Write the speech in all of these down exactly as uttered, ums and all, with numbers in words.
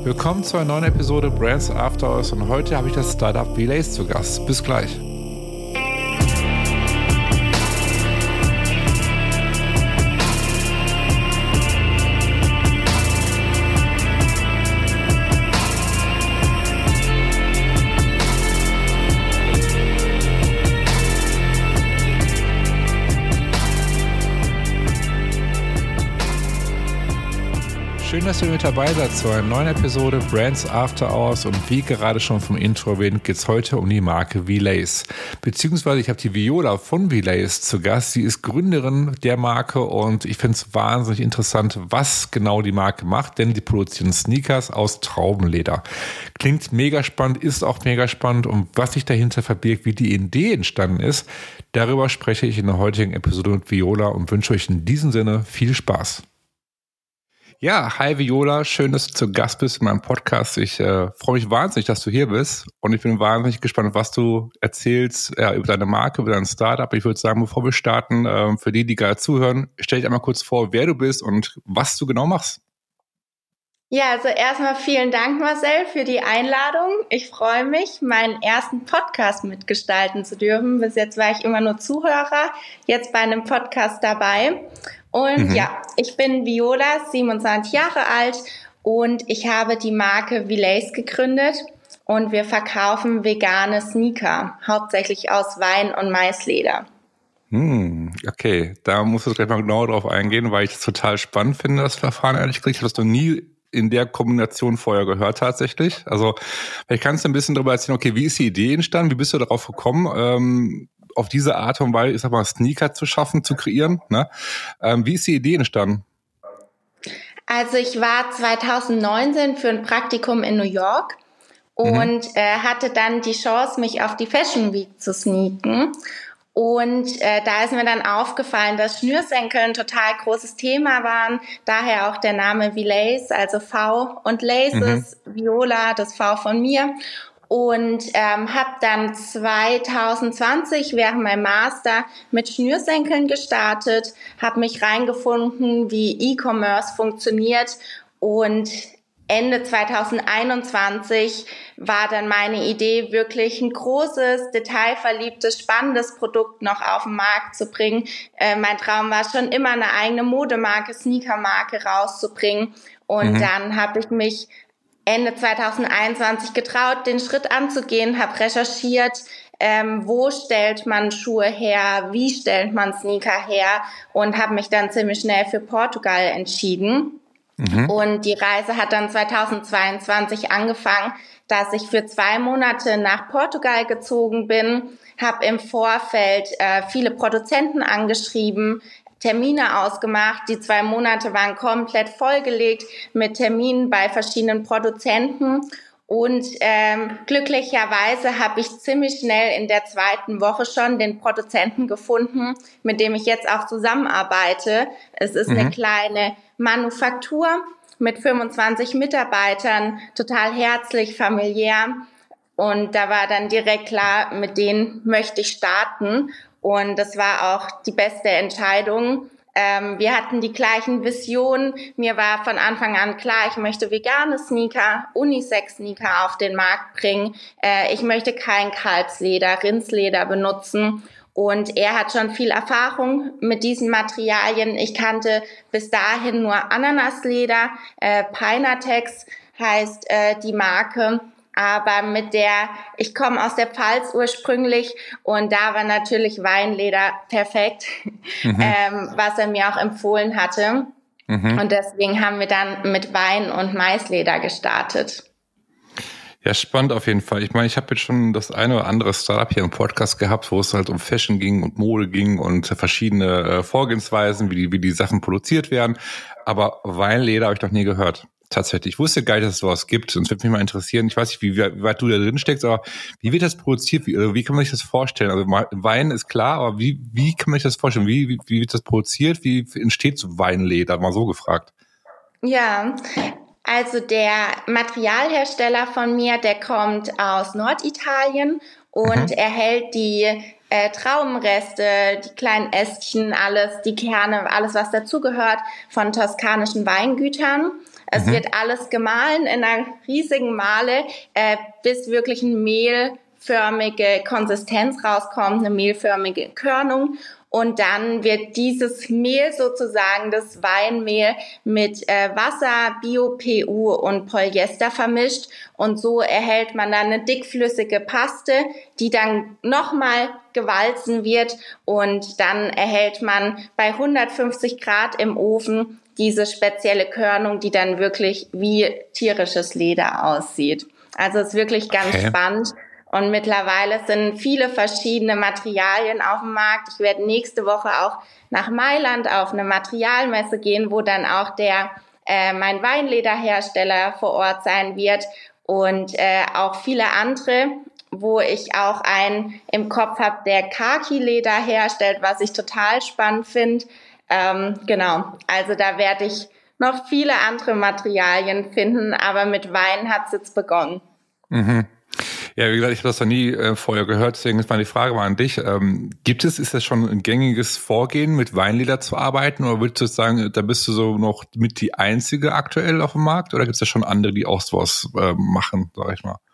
Willkommen zu einer neuen Episode Brands After Hours und heute habe ich das Startup Relays zu Gast. Bis gleich. Schön, dass ihr mit dabei seid zu einer neuen Episode Brands After Hours und wie gerade schon vom Intro erwähnt, geht es heute um die Marke Relays. Beziehungsweise ich habe die Viola von Relays zu Gast. Sie ist Gründerin der Marke und ich finde es wahnsinnig interessant, was genau die Marke macht, denn die produzieren Sneakers aus Traubenleder. Klingt mega spannend, ist auch mega spannend und was sich dahinter verbirgt, wie die Idee entstanden ist, darüber spreche ich in der heutigen Episode mit Viola und wünsche euch in diesem Sinne viel Spaß. Ja, hi Viola, schön, dass du zu Gast bist in meinem Podcast. Ich äh, freue mich wahnsinnig, dass du hier bist und ich bin wahnsinnig gespannt, was du erzählst ja, über deine Marke, über dein Startup. Ich würde sagen, bevor wir starten, äh, für die, die gerade zuhören, stell dich einmal kurz vor, wer du bist und was du genau machst. Ja, also erstmal vielen Dank, Marcel, für die Einladung. Ich freue mich, meinen ersten Podcast mitgestalten zu dürfen. Bis jetzt war ich immer nur Zuhörer, jetzt bei einem Podcast dabei. Und mhm. ja, ich bin Viola, siebenundzwanzig Jahre alt und ich habe die Marke Relays gegründet und wir verkaufen vegane Sneaker, hauptsächlich aus Wein- und Maisleder. Hm, okay, da musst du gleich mal genauer drauf eingehen, weil ich das total spannend finde, das Verfahren ehrlich gesagt. Ich habe das noch nie in der Kombination vorher gehört tatsächlich. Also vielleicht kannst du ein bisschen darüber erzählen, okay, wie ist die Idee entstanden, wie bist du darauf gekommen, ähm, auf diese Art und Weise, ich sag mal, Sneaker zu schaffen, zu kreieren, ne? Ähm, wie ist die Idee entstanden? Also ich war zweitausendneunzehn für ein Praktikum in New York und mhm. äh, hatte dann die Chance, mich auf die Fashion Week zu sneaken. Und äh, da ist mir dann aufgefallen, dass Schnürsenkel ein total großes Thema waren. Daher auch der Name Relays, also V und Laces, mhm. Viola, das V von mir. Und ähm, habe dann zwanzig zwanzig während meinem Master mit Schnürsenkeln gestartet, habe mich reingefunden, wie E-Commerce funktioniert und Ende zwanzig einundzwanzig war dann meine Idee, wirklich ein großes, detailverliebtes, spannendes Produkt noch auf den Markt zu bringen. Äh, mein Traum war schon immer, eine eigene Modemarke, Sneakermarke rauszubringen. Und mhm. dann habe ich mich Ende zwanzig einundzwanzig getraut, den Schritt anzugehen, habe recherchiert, ähm, wo stellt man Schuhe her, wie stellt man Sneaker her und habe mich dann ziemlich schnell für Portugal entschieden. Mhm. Und die Reise hat dann zwanzig zweiundzwanzig angefangen, dass ich für zwei Monate nach Portugal gezogen bin, habe im Vorfeld äh, viele Produzenten angeschrieben, Termine ausgemacht. Die zwei Monate waren komplett vollgelegt mit Terminen bei verschiedenen Produzenten. Und ähm, glücklicherweise habe ich ziemlich schnell in der zweiten Woche schon den Produzenten gefunden, mit dem ich jetzt auch zusammenarbeite. Es ist mhm. eine kleine Manufaktur mit fünfundzwanzig Mitarbeitern, total herzlich, familiär. Und da war dann direkt klar, mit denen möchte ich starten. Und das war auch die beste Entscheidung. Ähm, wir hatten die gleichen Visionen. Mir war von Anfang an klar, ich möchte vegane Sneaker, Unisex-Sneaker auf den Markt bringen. Äh, ich möchte kein Kalbsleder, Rindsleder benutzen. Und er hat schon viel Erfahrung mit diesen Materialien. Ich kannte bis dahin nur Ananasleder. Äh, Pinatex heißt äh, die Marke. Aber mit der, ich komme aus der Pfalz ursprünglich und da war natürlich Weinleder perfekt, mhm. ähm, was er mir auch empfohlen hatte. Mhm. Und deswegen haben wir dann mit Wein- und Maisleder gestartet. Ja, spannend auf jeden Fall. Ich meine, ich habe jetzt schon das eine oder andere Startup hier im Podcast gehabt, wo es halt um Fashion ging und Mode ging und verschiedene äh, Vorgehensweisen, wie die, wie die Sachen produziert werden. Aber Weinleder habe ich noch nie gehört. Tatsächlich. Ich wusste gar nicht, dass es sowas gibt. Und es würde mich mal interessieren, ich weiß nicht, wie, wie weit du da drin steckst, aber wie wird das produziert? Wie, wie kann man sich das vorstellen? Also Wein ist klar, aber wie, wie kann man sich das vorstellen? Wie, wie, wie wird das produziert? Wie entsteht so Weinleder? Mal so gefragt. Ja, also der Materialhersteller von mir, der kommt aus Norditalien und mhm. er hält die äh, Traubenreste, die kleinen Ästchen, alles, die Kerne, alles was dazugehört, von toskanischen Weingütern. Es Mhm. wird alles gemahlen in einer riesigen Mahle, äh, bis wirklich ein mehlförmige Konsistenz rauskommt, eine mehlförmige Körnung. Und dann wird dieses Mehl sozusagen, das Weinmehl, mit äh, Wasser, Bio-P U und Polyester vermischt. Und so erhält man dann eine dickflüssige Paste, die dann nochmal gewalzen wird. Und dann erhält man bei hundertfünfzig Grad im Ofen diese spezielle Körnung, die dann wirklich wie tierisches Leder aussieht. Also es ist wirklich ganz Okay. spannend. Und mittlerweile sind viele verschiedene Materialien auf dem Markt. Ich werde nächste Woche auch nach Mailand auf eine Materialmesse gehen, wo dann auch der äh, mein Weinlederhersteller vor Ort sein wird und äh, auch viele andere, wo ich auch einen im Kopf habe, der Khaki-Leder herstellt, was ich total spannend finde. Ähm, genau, also da werde ich noch viele andere Materialien finden, aber mit Wein hat es jetzt begonnen. Mhm. Ja, wie gesagt, ich habe das noch nie äh, vorher gehört, deswegen ist meine Frage mal an dich. Ähm, gibt es, ist das schon ein gängiges Vorgehen, mit Weinleder zu arbeiten, oder würdest du sagen, da bist du so noch mit die Einzige aktuell auf dem Markt, oder gibt es da schon andere, die auch sowas äh, machen, sag ich mal?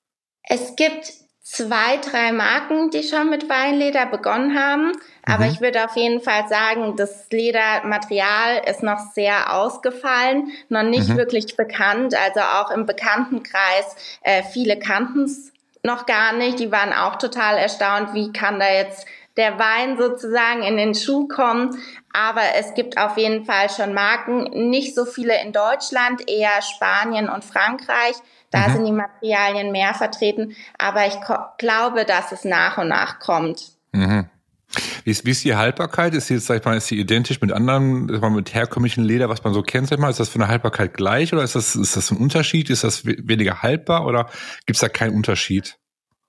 Es gibt zwei, drei Marken, die schon mit Weinleder begonnen haben. Aber Mhm. ich würde auf jeden Fall sagen, das Ledermaterial ist noch sehr ausgefallen, noch nicht Mhm. wirklich bekannt. Also auch im Bekanntenkreis, äh, viele kannten es noch gar nicht. Die waren auch total erstaunt, wie kann da jetzt der Wein sozusagen in den Schuh kommen. Aber es gibt auf jeden Fall schon Marken, nicht so viele in Deutschland, eher Spanien und Frankreich. Da Mhm. sind die Materialien mehr vertreten. Aber ich ko- glaube, dass es nach und nach kommt. Mhm. Wie ist, wie ist die Haltbarkeit? Ist die jetzt, sag ich mal, ist die identisch mit anderen, sag ich mal, mit herkömmlichen Leder, was man so kennt, sag ich mal? Ist das für eine Haltbarkeit gleich, oder ist das, ist das ein Unterschied? Ist das we- weniger haltbar, oder gibt es da keinen Unterschied?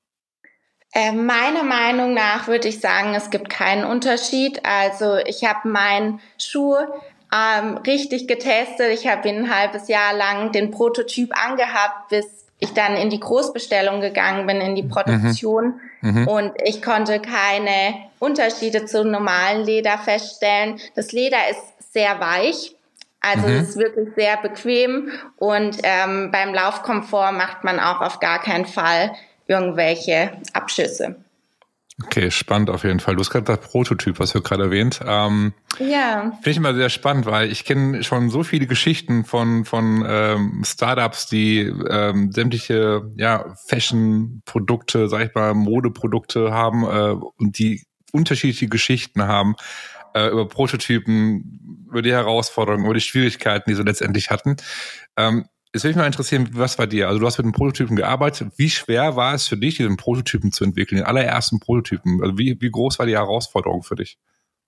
Äh, meiner Meinung nach würde ich sagen, es gibt keinen Unterschied. Also ich habe meinen Schuh ähm, richtig getestet. Ich habe ihn ein halbes Jahr lang den Prototyp angehabt, bis ich dann in die Großbestellung gegangen bin, in die Produktion. Mhm. Und ich konnte keine Unterschiede zum normalen Leder feststellen. Das Leder ist sehr weich. Also Mhm. es ist wirklich sehr bequem. Und ähm, beim Laufkomfort macht man auch auf gar keinen Fall irgendwelche Abschüsse. Okay, spannend auf jeden Fall. Du hast gerade das Prototyp, was du gerade erwähnt. Ähm, Ja. Finde ich immer sehr spannend, weil ich kenne schon so viele Geschichten von von ähm, Startups, die ähm, sämtliche ja Fashion-Produkte, sag ich mal, Modeprodukte haben äh, und die unterschiedliche Geschichten haben äh, über Prototypen, über die Herausforderungen, über die Schwierigkeiten, die sie letztendlich hatten. Ähm, Es würde mich mal interessieren, was bei dir? Also du hast mit dem Prototypen gearbeitet. Wie schwer war es für dich, diesen Prototypen zu entwickeln, den allerersten Prototypen? Also wie, wie groß war die Herausforderung für dich?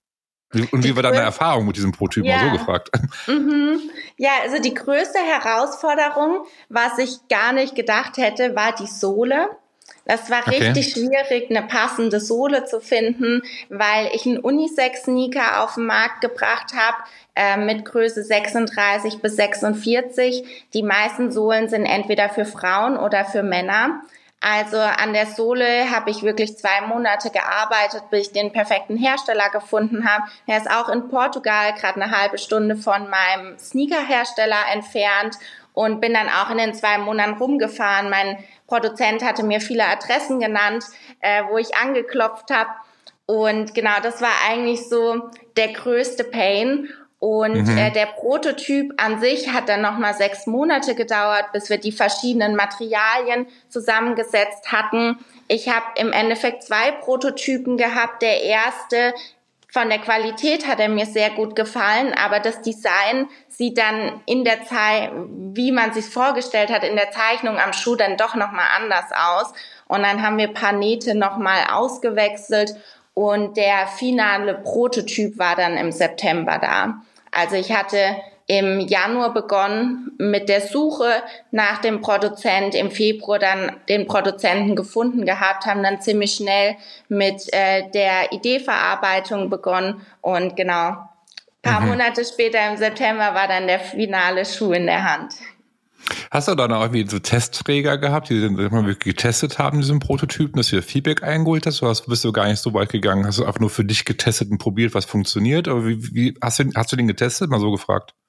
Und wie war deine Erfahrung mit diesem Prototypen? Ja. Mal so gefragt. Mhm. Ja, also die größte Herausforderung, was ich gar nicht gedacht hätte, war die Sohle. Das war Okay. richtig schwierig, eine passende Sohle zu finden, weil ich einen Unisex-Sneaker auf den Markt gebracht habe äh, mit Größe sechsunddreißig bis sechsundvierzig. Die meisten Sohlen sind entweder für Frauen oder für Männer. Also an der Sohle habe ich wirklich zwei Monate gearbeitet, bis ich den perfekten Hersteller gefunden habe. Er ist auch in Portugal, gerade eine halbe Stunde von meinem Sneakerhersteller entfernt, und bin dann auch in den zwei Monaten rumgefahren. Mein Produzent hatte mir viele Adressen genannt, äh, wo ich angeklopft habe. Und genau, das war eigentlich so der größte Pain. Und Mhm. äh, der Prototyp an sich hat dann nochmal sechs Monate gedauert, bis wir die verschiedenen Materialien zusammengesetzt hatten. Ich habe im Endeffekt zwei Prototypen gehabt. Der erste, von der Qualität hat er mir sehr gut gefallen, aber das Design sieht dann in der Zeit, wie man sich vorgestellt hat, in der Zeichnung am Schuh dann doch nochmal anders aus. Und dann haben wir ein paar Nähte nochmal ausgewechselt und der finale Prototyp war dann im September da. Also ich hatte im Januar begonnen mit der Suche nach dem Produzent, im Februar dann den Produzenten gefunden gehabt, haben dann ziemlich schnell mit äh, der Ideeverarbeitung begonnen und genau, ein paar Mhm. Monate später im September war dann der finale Schuh in der Hand. Hast du dann auch irgendwie so Testträger gehabt, die den mal wirklich getestet haben, diesen Prototypen, dass du dir Feedback eingeholt hast, oder bist du gar nicht so weit gegangen? Hast du einfach nur für dich getestet und probiert, was funktioniert? Oder wie, wie hast du, hast du den getestet? Mal so gefragt.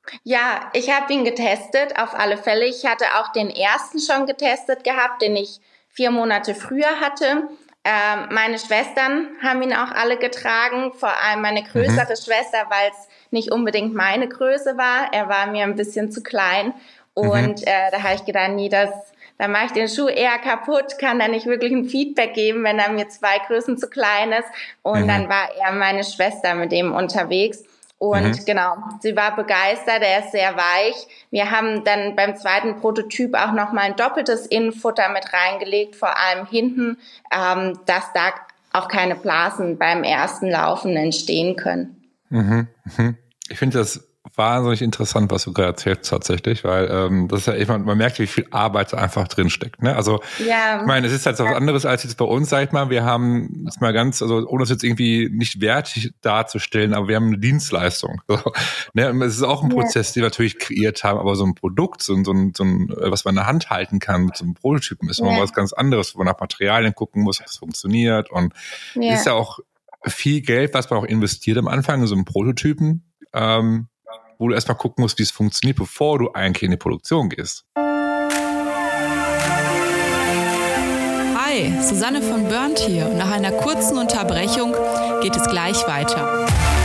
Ja, ich habe ihn getestet, auf alle Fälle. Ich hatte auch den ersten schon getestet gehabt, den ich vier Monate früher hatte. Ähm, meine Schwestern haben ihn auch alle getragen, vor allem meine größere mhm. Schwester, weil es nicht unbedingt meine Größe war. Er war mir ein bisschen zu klein. Und mhm. äh, da habe ich gedacht, nee, das, da mache ich den Schuh eher kaputt, kann da nicht wirklich ein Feedback geben, wenn er mir zwei Größen zu klein ist. Und mhm. dann war er meine Schwester mit dem unterwegs. Und mhm. genau, sie war begeistert, er ist sehr weich. Wir haben dann beim zweiten Prototyp auch nochmal ein doppeltes Innenfutter mit reingelegt, vor allem hinten, ähm, dass da auch keine Blasen beim ersten Laufen entstehen können. Mhm. Mhm. Ich finde das wahnsinnig interessant, was du gerade erzählst tatsächlich, weil ähm, das ist ja immer, man merkt, wie viel Arbeit da einfach drin steckt. Ne? Also ja. Ich meine, es ist halt was anderes als jetzt bei uns, sag ich mal. Wir haben jetzt mal ganz, also ohne das jetzt irgendwie nicht wertig darzustellen, aber wir haben eine Dienstleistung. So, ne? Und es ist auch ein Prozess, ja. den wir natürlich kreiert haben, aber so ein Produkt, so ein, so ein, so ein was man in der Hand halten kann mit so einem Prototypen, ist immer ja. was ganz anderes, wo man nach Materialien gucken muss, ob es funktioniert. Und ja. ist ja auch viel Geld, was man auch investiert am Anfang in so einen Prototypen. Ähm, wo du erstmal gucken musst, wie es funktioniert, bevor du eigentlich in die Produktion gehst. Hi, Susanne von Burnt hier und nach einer kurzen Unterbrechung geht es gleich weiter.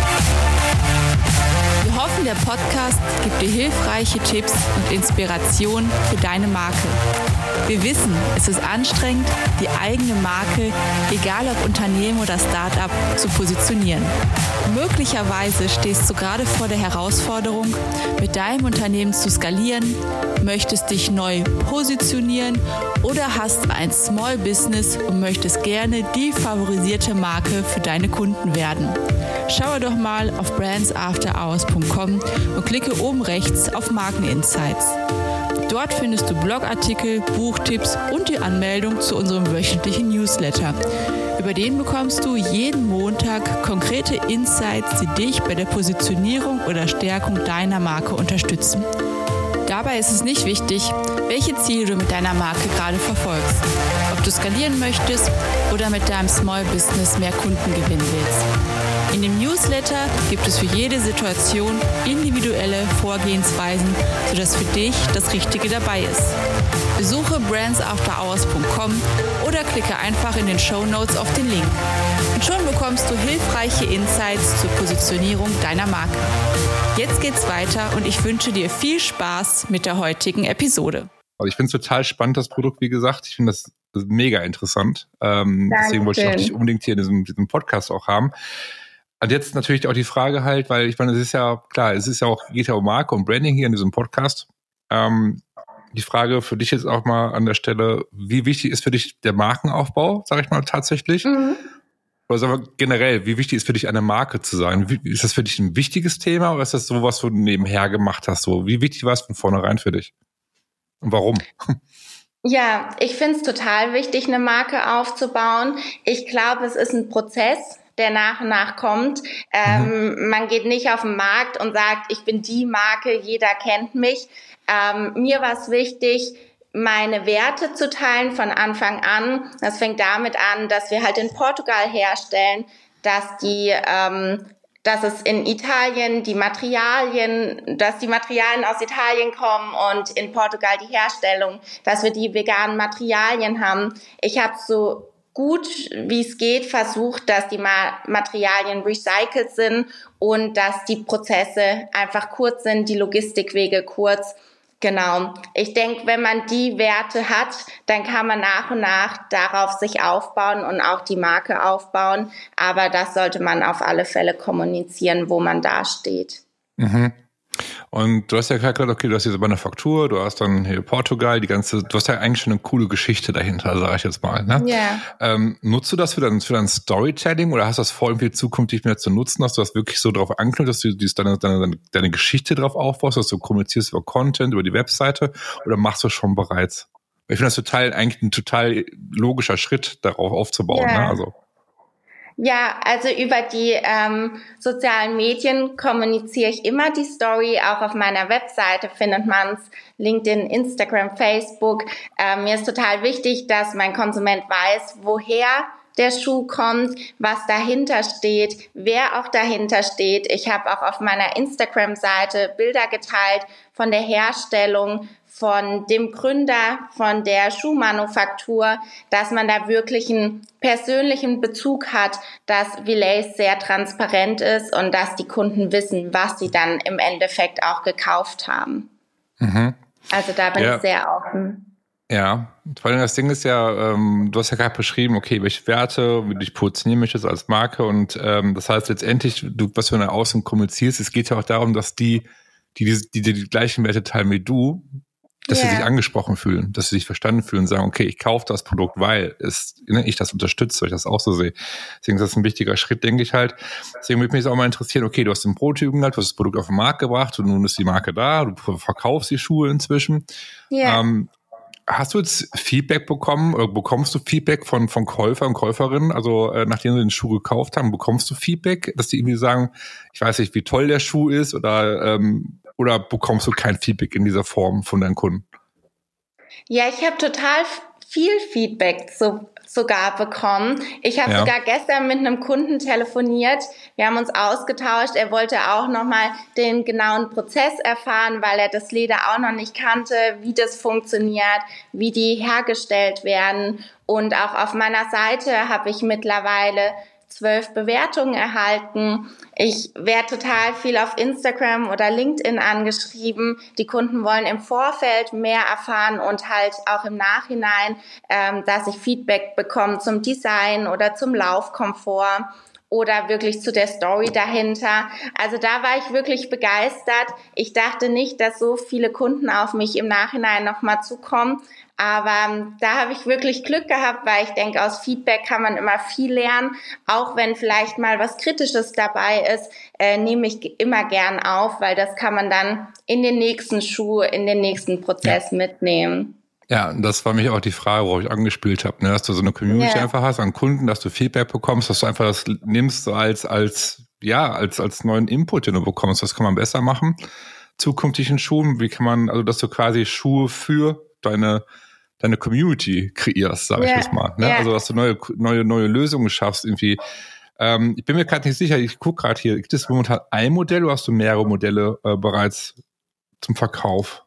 Wir hoffen, der Podcast gibt dir hilfreiche Tipps und Inspiration für deine Marke. Wir wissen, es ist anstrengend, die eigene Marke, egal ob Unternehmen oder Start-up, zu positionieren. Möglicherweise stehst du gerade vor der Herausforderung, mit deinem Unternehmen zu skalieren, möchtest dich neu positionieren oder hast ein Small Business und möchtest gerne die favorisierte Marke für deine Kunden werden. Schaue doch mal auf brands after hours punkt com und klicke oben rechts auf Markeninsights. Dort findest du Blogartikel, Buchtipps und die Anmeldung zu unserem wöchentlichen Newsletter. Über den bekommst du jeden Montag konkrete Insights, die dich bei der Positionierung oder Stärkung deiner Marke unterstützen. Dabei ist es nicht wichtig, welche Ziele du mit deiner Marke gerade verfolgst. Ob du skalieren möchtest oder mit deinem Small Business mehr Kunden gewinnen willst. In dem Newsletter gibt es für jede Situation individuelle Vorgehensweisen, sodass für dich das Richtige dabei ist. Besuche brands after hours punkt com oder klicke einfach in den Shownotes auf den Link. Und schon bekommst du hilfreiche Insights zur Positionierung deiner Marke. Jetzt geht's weiter und ich wünsche dir viel Spaß mit der heutigen Episode. Also ich finde es total spannend, das Produkt, wie gesagt. Ich finde das mega interessant. Ähm, deswegen wollte ich auch dich unbedingt hier in diesem, diesem Podcast auch haben. Und jetzt natürlich auch die Frage halt, weil ich meine, es ist ja klar, es ist ja auch, geht ja um Marke und Branding hier in diesem Podcast. Ähm, die Frage für dich jetzt auch mal an der Stelle, wie wichtig ist für dich der Markenaufbau, sage ich mal tatsächlich? Mhm. Oder sagen wir generell, wie wichtig ist für dich eine Marke zu sein? Wie, ist das für dich ein wichtiges Thema oder ist das so, was du nebenher gemacht hast? So, wie wichtig war es von vornherein für dich? Und warum? Ja, ich finde es total wichtig, eine Marke aufzubauen. Ich glaube, es ist ein Prozess, der nach und nach kommt. Ähm, mhm. Man geht nicht auf den Markt und sagt, ich bin die Marke, jeder kennt mich. Ähm, mir war es wichtig, meine Werte zu teilen von Anfang an. Das fängt damit an, dass wir halt in Portugal herstellen, dass die, ähm, dass es in Italien die Materialien, dass die Materialien aus Italien kommen und in Portugal die Herstellung, dass wir die veganen Materialien haben. Ich habe so gut wie es geht versucht, dass die Ma- Materialien recycelt sind und dass die Prozesse einfach kurz sind, die Logistikwege kurz. Genau. Ich denke, wenn man die Werte hat, dann kann man nach und nach darauf sich aufbauen und auch die Marke aufbauen. Aber das sollte man auf alle Fälle kommunizieren, wo man da steht. Mhm. Und du hast ja gesagt, okay, du hast diese Manufaktur, du hast dann hier Portugal, die ganze, du hast ja eigentlich schon eine coole Geschichte dahinter, sage ich jetzt mal. Ne? Ja. Ähm, nutzt du das für dein, für dein Storytelling oder hast du das vor, irgendwie zukünftig mehr zu nutzen, dass du das wirklich so drauf anknüpfst, dass du deine, deine, deine Geschichte drauf aufbaust, dass du kommunizierst über Content, über die Webseite oder machst du schon bereits? Ich finde das total, eigentlich ein total logischer Schritt, darauf aufzubauen. Ja. Ne? Also. Ja, also über die ähm, sozialen Medien kommuniziere ich immer die Story. Auch auf meiner Webseite findet man es, LinkedIn, Instagram, Facebook. Ähm, mir ist total wichtig, dass mein Konsument weiß, woher der Schuh kommt, was dahinter steht, wer auch dahinter steht. Ich habe auch auf meiner Instagram-Seite Bilder geteilt von der Herstellung, von dem Gründer, von der Schuhmanufaktur, dass man da wirklich einen persönlichen Bezug hat, dass Villace sehr transparent ist und dass die Kunden wissen, was sie dann im Endeffekt auch gekauft haben. Mhm. Also da bin ja. ich sehr offen. Ja, vor allem das Ding ist ja, ähm, du hast ja gerade beschrieben, okay, welche Werte, wie du dich positionieren möchtest als Marke und ähm, das heißt letztendlich, du, was du nach außen kommunizierst, es geht ja auch darum, dass die, die die, die, die, die gleichen Werte teilen wie du, dass yeah. sie sich angesprochen fühlen, dass sie sich verstanden fühlen und sagen, okay, ich kaufe das Produkt, weil es, ne, ich das unterstütze, weil ich das auch so sehe. Deswegen ist das ein wichtiger Schritt, denke ich halt. Deswegen würde mich das auch mal interessieren, okay, du hast den Prototypen gehabt, du hast das Produkt auf den Markt gebracht und nun ist die Marke da, du verkaufst die Schuhe inzwischen. Yeah. Ähm, hast du jetzt Feedback bekommen oder bekommst du Feedback von, von Käufer und Käuferinnen? Also äh, nachdem sie den Schuh gekauft haben, bekommst du Feedback, dass die irgendwie sagen, ich weiß nicht, wie toll der Schuh ist oder ähm, Oder bekommst du kein Feedback in dieser Form von deinen Kunden? Ja, ich habe total viel Feedback so, sogar bekommen. Ich habe ja. sogar gestern mit einem Kunden telefoniert. Wir haben uns ausgetauscht. Er wollte auch nochmal den genauen Prozess erfahren, weil er das Leder auch noch nicht kannte, wie das funktioniert, wie die hergestellt werden. Und auch auf meiner Seite habe ich mittlerweile zwölf Bewertungen erhalten. Ich werde total viel auf Instagram oder LinkedIn angeschrieben. Die Kunden wollen im Vorfeld mehr erfahren und halt auch im Nachhinein, ähm, dass ich Feedback bekomme zum Design oder zum Laufkomfort oder wirklich zu der Story dahinter. Also da war ich wirklich begeistert. Ich dachte nicht, dass so viele Kunden auf mich im Nachhinein nochmal zukommen. Aber da habe ich wirklich Glück gehabt, weil ich denke, aus Feedback kann man immer viel lernen. Auch wenn vielleicht mal was Kritisches dabei ist, äh, nehme ich immer gern auf, weil das kann man dann in den nächsten Schuh, in den nächsten Prozess ja. mitnehmen. Ja, das war mich auch die Frage, worauf ich angespielt habe, ne? Dass du so eine Community yeah. einfach hast an Kunden, dass du Feedback bekommst, dass du einfach das nimmst so als als ja als als neuen Input, den du bekommst. Was kann man besser machen? Zukünftigen Schuhen, wie kann man, also dass du quasi Schuhe für deine deine Community kreierst, sage yeah. ich jetzt mal. Ne? Yeah. Also dass du neue neue neue Lösungen schaffst irgendwie. Ähm, ich bin mir gerade nicht sicher. Ich gucke gerade hier. Gibt es momentan ein Modell oder hast du mehrere Modelle äh, bereits zum Verkauf?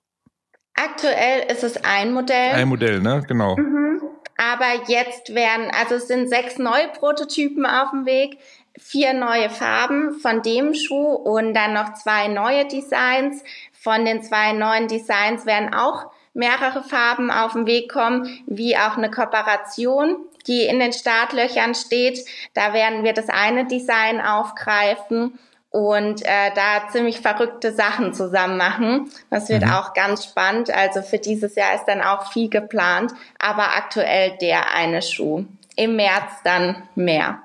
Aktuell ist es ein Modell. Ein Modell, ne? Genau. Mhm. Aber jetzt werden, also es sind sechs neue Prototypen auf dem Weg, vier neue Farben von dem Schuh und dann noch zwei neue Designs. Von den zwei neuen Designs werden auch mehrere Farben auf den Weg kommen, wie auch eine Kooperation, die in den Startlöchern steht. Da werden wir das eine Design aufgreifen und äh, da ziemlich verrückte Sachen zusammen machen. Das wird mhm. auch ganz spannend. Also für dieses Jahr ist dann auch viel geplant, aber aktuell der eine Schuh. Im März dann mehr.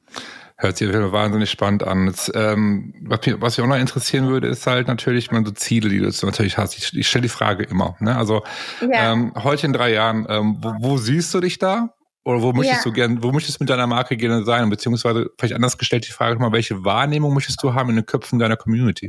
Hört sich wahnsinnig spannend an. Jetzt, ähm, was, mich, was mich auch noch interessieren würde, ist halt natürlich, man so Ziele, die du jetzt natürlich hast. Ich, ich stelle die Frage immer. Ne? Also ja. ähm, heute in drei Jahren, ähm, wo, wo siehst du dich da? Oder wo möchtest ja. du gerne, wo möchtest du mit deiner Marke gerne sein? Beziehungsweise vielleicht anders gestellt die Frage mal, welche Wahrnehmung möchtest du haben in den Köpfen deiner Community?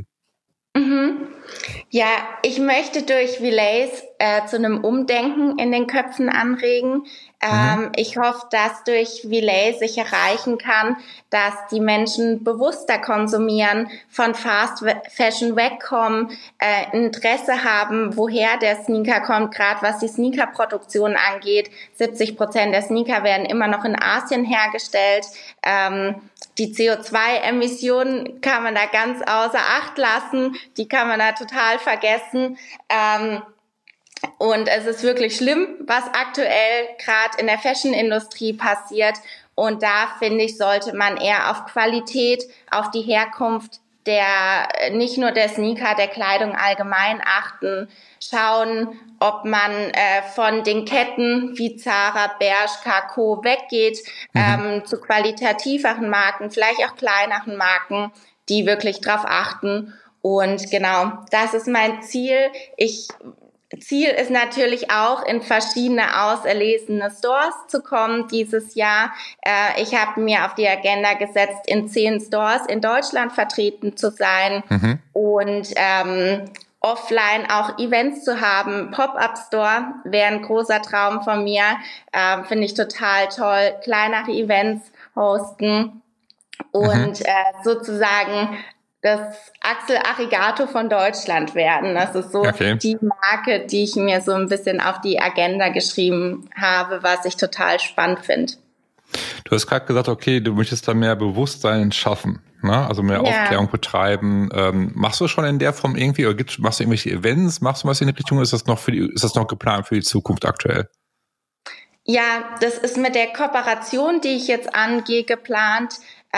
Mhm. Ja, ich möchte durch Villace äh, zu einem Umdenken in den Köpfen anregen. Ähm, mhm. Ich hoffe, dass durch Villace ich erreichen kann, dass die Menschen bewusster konsumieren, von Fast Fashion wegkommen, äh, Interesse haben, woher der Sneaker kommt, gerade was die Sneakerproduktion angeht. siebzig Prozent der Sneaker werden immer noch in Asien hergestellt. Ähm, die C O zwei Emissionen kann man da ganz außer Acht lassen. Die kann man da total vergessen. Ähm, Und es ist wirklich schlimm, was aktuell gerade in der Fashion-Industrie passiert. Und da, finde ich, sollte man eher auf Qualität, auf die Herkunft der, nicht nur der Sneaker, der Kleidung allgemein achten. Schauen, ob man äh, von den Ketten wie Zara, Bershka, Co. weggeht, mhm. ähm, zu qualitativeren Marken, vielleicht auch kleineren Marken, die wirklich drauf achten. Und genau, das ist mein Ziel. Ich Ziel ist natürlich auch, in verschiedene auserlesene Stores zu kommen dieses Jahr. Äh, ich habe mir auf die Agenda gesetzt, in zehn Stores in Deutschland vertreten zu sein. Mhm. Und ähm, offline auch Events zu haben. Pop-up-Store wäre ein großer Traum von mir. Ähm, finde ich total toll. Kleinere Events hosten und mhm. äh, sozusagen das Axel Arigato von Deutschland werden. Das ist so okay. die Marke, die ich mir so ein bisschen auf die Agenda geschrieben habe, was ich total spannend finde. Du hast gerade gesagt, okay, du möchtest da mehr Bewusstsein schaffen, ne? Also mehr ja. Aufklärung betreiben. Ähm, machst du schon in der Form irgendwie, oder gibt's, machst du irgendwelche Events, machst du was in die Richtung, oder ist das noch für die, ist das noch geplant für die Zukunft aktuell? Ja, das ist mit der Kooperation, die ich jetzt angehe, geplant.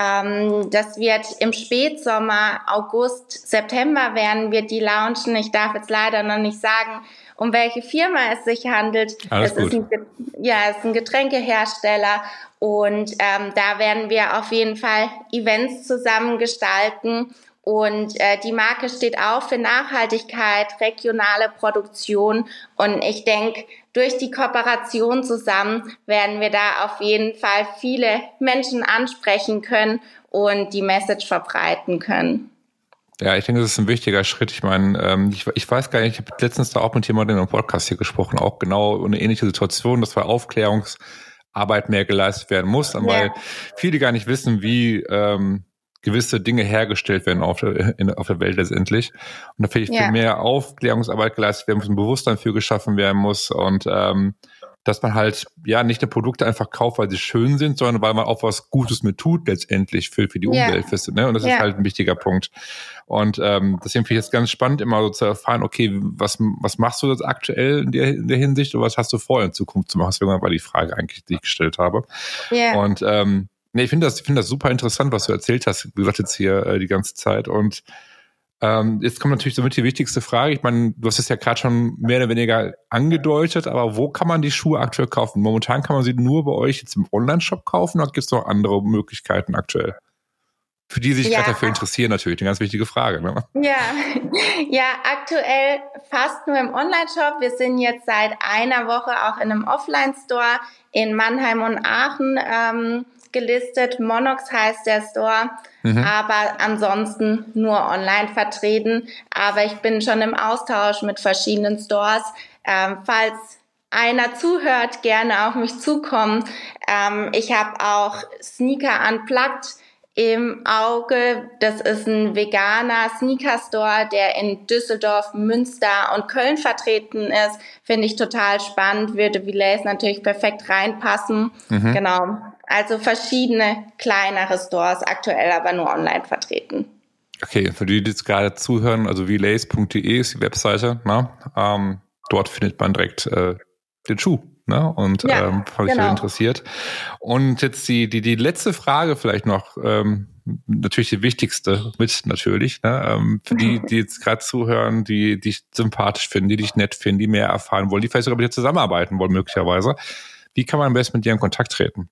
Ähm, das wird im Spätsommer, August, September werden wir die launchen. Ich darf jetzt leider noch nicht sagen, um welche Firma es sich handelt. Alles es gut. ist ein, ja, es ist ein Getränkehersteller und ähm, da werden wir auf jeden Fall Events zusammen gestalten. Und äh, die Marke steht auch für Nachhaltigkeit, regionale Produktion und ich denke, durch die Kooperation zusammen werden wir da auf jeden Fall viele Menschen ansprechen können und die Message verbreiten können. Ja, ich denke, das ist ein wichtiger Schritt. Ich meine, ähm, ich, ich weiß gar nicht, ich habe letztens da auch mit jemandem in einem Podcast hier gesprochen, auch genau eine ähnliche Situation, dass bei Aufklärungsarbeit mehr geleistet werden muss, ja. weil viele gar nicht wissen, wie ähm, gewisse Dinge hergestellt werden auf der, in, auf der Welt letztendlich. Und da finde ich ja. viel mehr Aufklärungsarbeit geleistet werden muss, ein Bewusstsein für geschaffen werden muss und ähm, dass man halt ja nicht eine Produkte einfach kauft, weil sie schön sind, sondern weil man auch was Gutes mit tut letztendlich für, für die Umwelt. Yeah. Ne? Und das yeah. ist halt ein wichtiger Punkt. Und ähm, deswegen finde ich es ganz spannend, immer so zu erfahren, okay, was was machst du jetzt aktuell in der, in der Hinsicht und was hast du vor in Zukunft zu machen? Das war die Frage eigentlich, die ich gestellt habe. Yeah. Und ähm, nee, ich finde das, ich finde das super interessant, was du erzählt hast, wie gesagt, jetzt hier äh, die ganze Zeit. Und Ähm, jetzt kommt natürlich somit die wichtigste Frage. Ich meine, du hast es ja gerade schon mehr oder weniger angedeutet, aber wo kann man die Schuhe aktuell kaufen? Momentan kann man sie nur bei euch jetzt im Online-Shop kaufen, oder gibt es noch andere Möglichkeiten aktuell? Für die sich ja. gerade dafür interessieren natürlich, eine ganz wichtige Frage. Ne? Ja. ja, aktuell fast nur im Online-Shop. Wir sind jetzt seit einer Woche auch in einem Offline-Store in Mannheim und Aachen ähm, gelistet. Monox heißt der Store, mhm. aber ansonsten nur online vertreten. Aber ich bin schon im Austausch mit verschiedenen Stores. Ähm, falls einer zuhört, gerne auf mich zukommen. Ähm, ich habe auch Sneaker Unplugged im Auge. Das ist ein veganer Sneaker-Store, der in Düsseldorf, Münster und Köln vertreten ist. Finde ich total spannend, würde Villays natürlich perfekt reinpassen. Mhm. Genau. Also verschiedene kleinere Stores, aktuell aber nur online vertreten. Okay, für die, die jetzt gerade zuhören, also villays punkt de ist die Webseite. Ne? Ähm, dort findet man direkt äh, den Schuh. Ne? Und ja, ähm, habe ich genau. interessiert. Und jetzt die, die, die letzte Frage vielleicht noch, ähm, natürlich die wichtigste mit natürlich, ne? ähm, für die, die jetzt gerade zuhören, die dich sympathisch finden, die dich nett finden, die mehr erfahren wollen, die vielleicht sogar mit dir zusammenarbeiten wollen möglicherweise. Wie kann man am besten mit dir in Kontakt treten?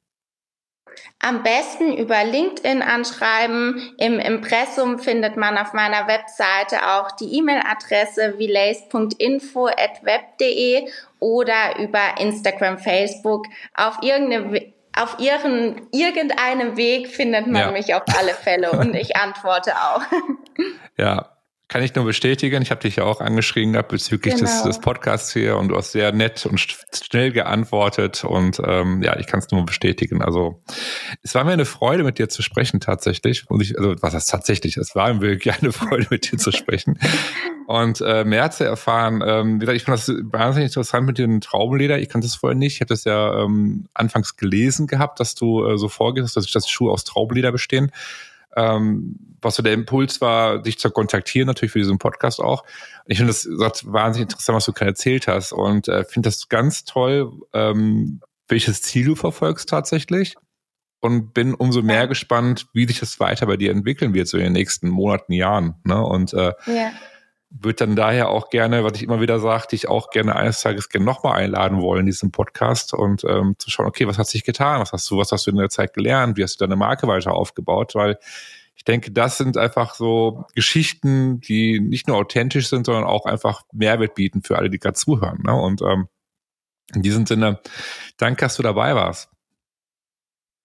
Am besten über LinkedIn anschreiben. Im Impressum findet man auf meiner Webseite auch die E-Mail-Adresse villays punkt info at web punkt de oder über Instagram, Facebook. Auf irgendeine, auf ihren, irgendeinem Weg findet man ja. mich auf alle Fälle und ich antworte auch. Ja. Kann ich nur bestätigen. Ich habe dich ja auch angeschrieben gehabt bezüglich genau. des, des Podcasts hier und du hast sehr nett und schnell geantwortet und ähm, ja, ich kann es nur bestätigen. Also es war mir eine Freude, mit dir zu sprechen tatsächlich. Und ich, also was heißt tatsächlich? Es war mir wirklich eine Freude, mit dir zu sprechen und äh, mehr zu erfahren. Ähm, wie gesagt, ich fand das wahnsinnig interessant mit dem Traubenleder. Ich kannte das vorher nicht. Ich habe das ja ähm, anfangs gelesen gehabt, dass du äh, so vorgehst, dass das Schuhe aus Traubenleder bestehen. Ähm, was so der Impuls war, dich zu kontaktieren, natürlich für diesen Podcast auch. Ich finde das wahnsinnig interessant, was du gerade erzählt hast und äh, finde das ganz toll, ähm, welches Ziel du verfolgst tatsächlich und bin umso mehr ja. gespannt, wie sich das weiter bei dir entwickeln wird, so in den nächsten Monaten, Jahren. Ne? Und äh, ja. würde dann daher auch gerne, was ich immer wieder sage, dich auch gerne eines Tages gerne nochmal einladen wollen in diesem Podcast und ähm, zu schauen, okay, was hat sich getan? Was hast du, was hast du in der Zeit gelernt? Wie hast du deine Marke weiter aufgebaut? Weil ich denke, das sind einfach so Geschichten, die nicht nur authentisch sind, sondern auch einfach Mehrwert bieten für alle, die gerade zuhören. Ne? Und ähm, in diesem Sinne, danke, dass du dabei warst.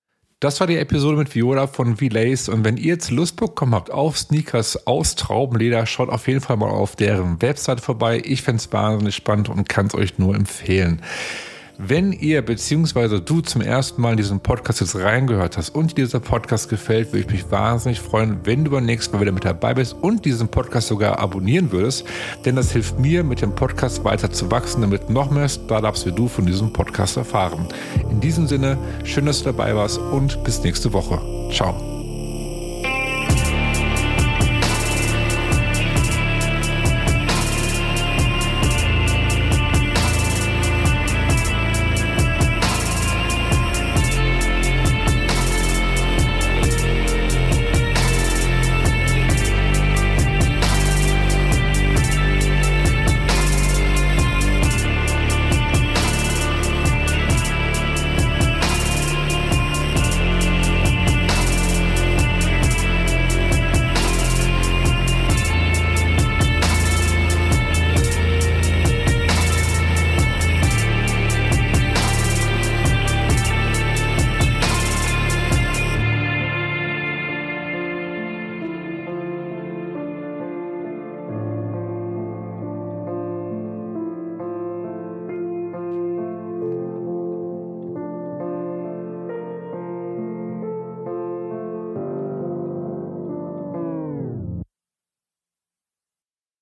Das war die Episode mit Viola von V-Lace und wenn ihr jetzt Lust bekommen habt auf Sneakers aus Traubenleder, schaut auf jeden Fall mal auf deren Website vorbei. Ich fände es wahnsinnig spannend und kann es euch nur empfehlen. Wenn ihr bzw. du zum ersten Mal in diesen Podcast jetzt reingehört hast und dir dieser Podcast gefällt, würde ich mich wahnsinnig freuen, wenn du beim nächsten Mal wieder mit dabei bist und diesen Podcast sogar abonnieren würdest, denn das hilft mir, mit dem Podcast weiter zu wachsen, damit noch mehr Startups wie du von diesem Podcast erfahren. In diesem Sinne, schön, dass du dabei warst und bis nächste Woche. Ciao.